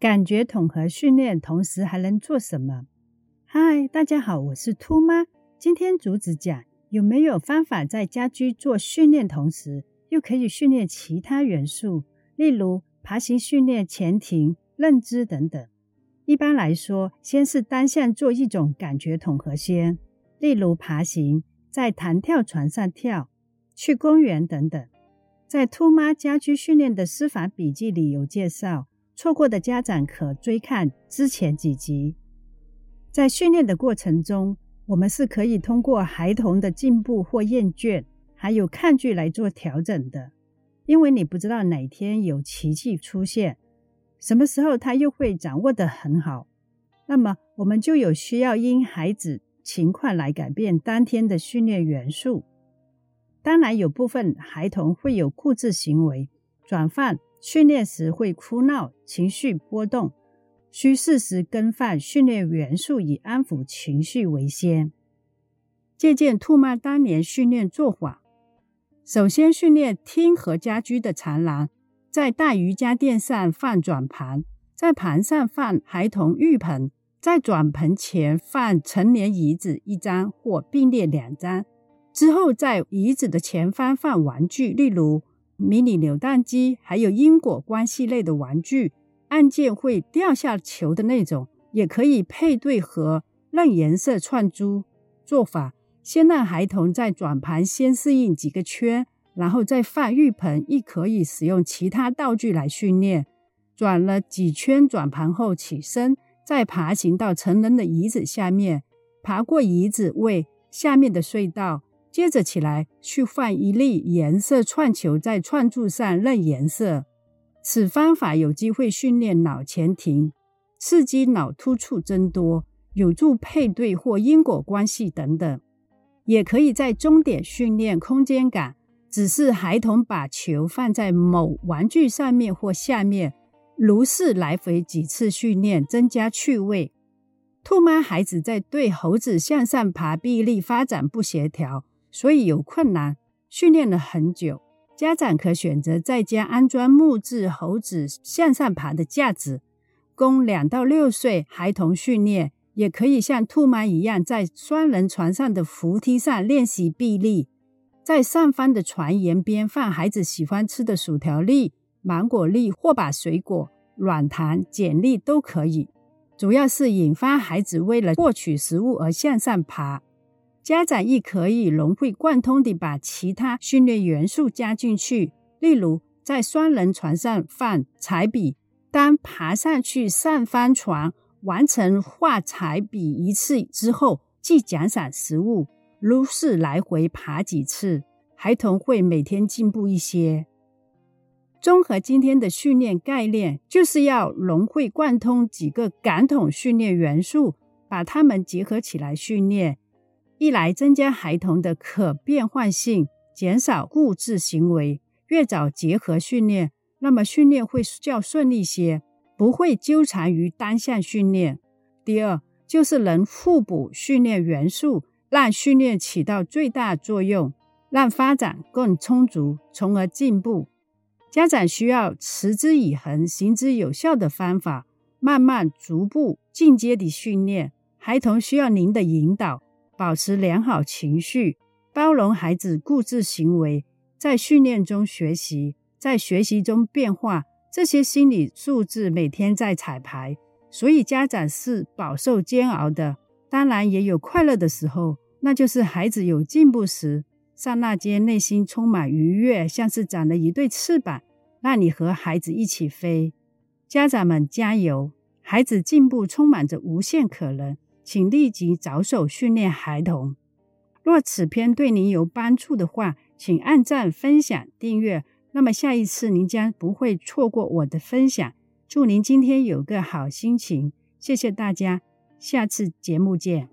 感觉统合训练同时还能做什么？嗨，大家好，我是兔妈。今天主旨讲有没有方法在家居做训练同时又可以训练其他元素，例如爬行训练、前庭、认知等等。一般来说，先是单项做一种感觉统合先，例如爬行，在弹跳床上跳，去公园等等。在兔妈家居训练的司法笔记里有介绍，错过的家长可追看之前几集。在训练的过程中，我们是可以通过孩童的进步或厌倦，还有抗拒来做调整的。因为你不知道哪天有奇迹出现，什么时候他又会掌握得很好，那么我们就有需要因孩子情况来改变当天的训练元素。当然有部分孩童会有固执行为，转换训练时会哭闹、情绪波动，需适时更换训练元素以安抚情绪为先。借鉴兔妈当年训练做法，首先训练厅和家居的长廊，在大瑜伽垫上放转盘，在盘上放孩童浴盆，在转盆前放成年椅子1张或并列2张，之后在椅子的前方放玩具，例如迷你扭蛋机，还有因果关系类的玩具，按键会掉下球的那种，也可以配对和认颜色串珠。做法：先让孩童在转盘先适应几个圈，然后再放浴盆，亦可以使用其他道具来训练。转了几圈转盘后起身，再爬行到成人的椅子下面，爬过椅子为下面的隧道，接着起来去放一粒颜色串球在串珠上认颜色。此方法有机会训练脑前庭，刺激脑突触增多，有助配对或因果关系等等。也可以在终点训练空间感，只是孩童把球放在某玩具上面或下面，如是来回几次训练，增加趣味。兔妈孩子在对猴子向上爬臂力发展不协调，所以有困难，训练了很久。家长可选择在家安装木质猴子向上爬的架子，供2到6岁孩童训练，也可以像兔妈一样在双人床上的扶梯上练习臂力。在上方的床沿边放孩子喜欢吃的薯条粒、芒果粒，或把水果、软糖、碱粒都可以，主要是引发孩子为了获取食物而向上爬。家长亦可以融会贯通地把其他训练元素加进去，例如在双人床上放彩笔，当爬上去上方床完成画彩笔1次之后，即奖赏食物，如是来回爬几次，孩童会每天进步一些。综合今天的训练概念，就是要融会贯通几个感统训练元素，把它们结合起来训练，一来增加孩童的可变换性，减少固执行为。越早结合训练，那么训练会较顺利些，不会纠缠于单项训练。第二，就是能互补训练元素，让训练起到最大作用，让发展更充足，从而进步。家长需要持之以恒、行之有效的方法，慢慢逐步进阶的训练。孩童需要您的引导，保持良好情绪，包容孩子固执行为，在训练中学习，在学习中变化，这些心理素质每天在彩排，所以家长是饱受煎熬的。当然也有快乐的时候，那就是孩子有进步时，刹那间内心充满愉悦，像是长了一对翅膀，让你和孩子一起飞。家长们加油，孩子进步充满着无限可能，请立即着手训练孩童。若此篇对您有帮助的话，请按赞、分享、订阅，那么下一次您将不会错过我的分享。祝您今天有个好心情，谢谢大家，下次节目见。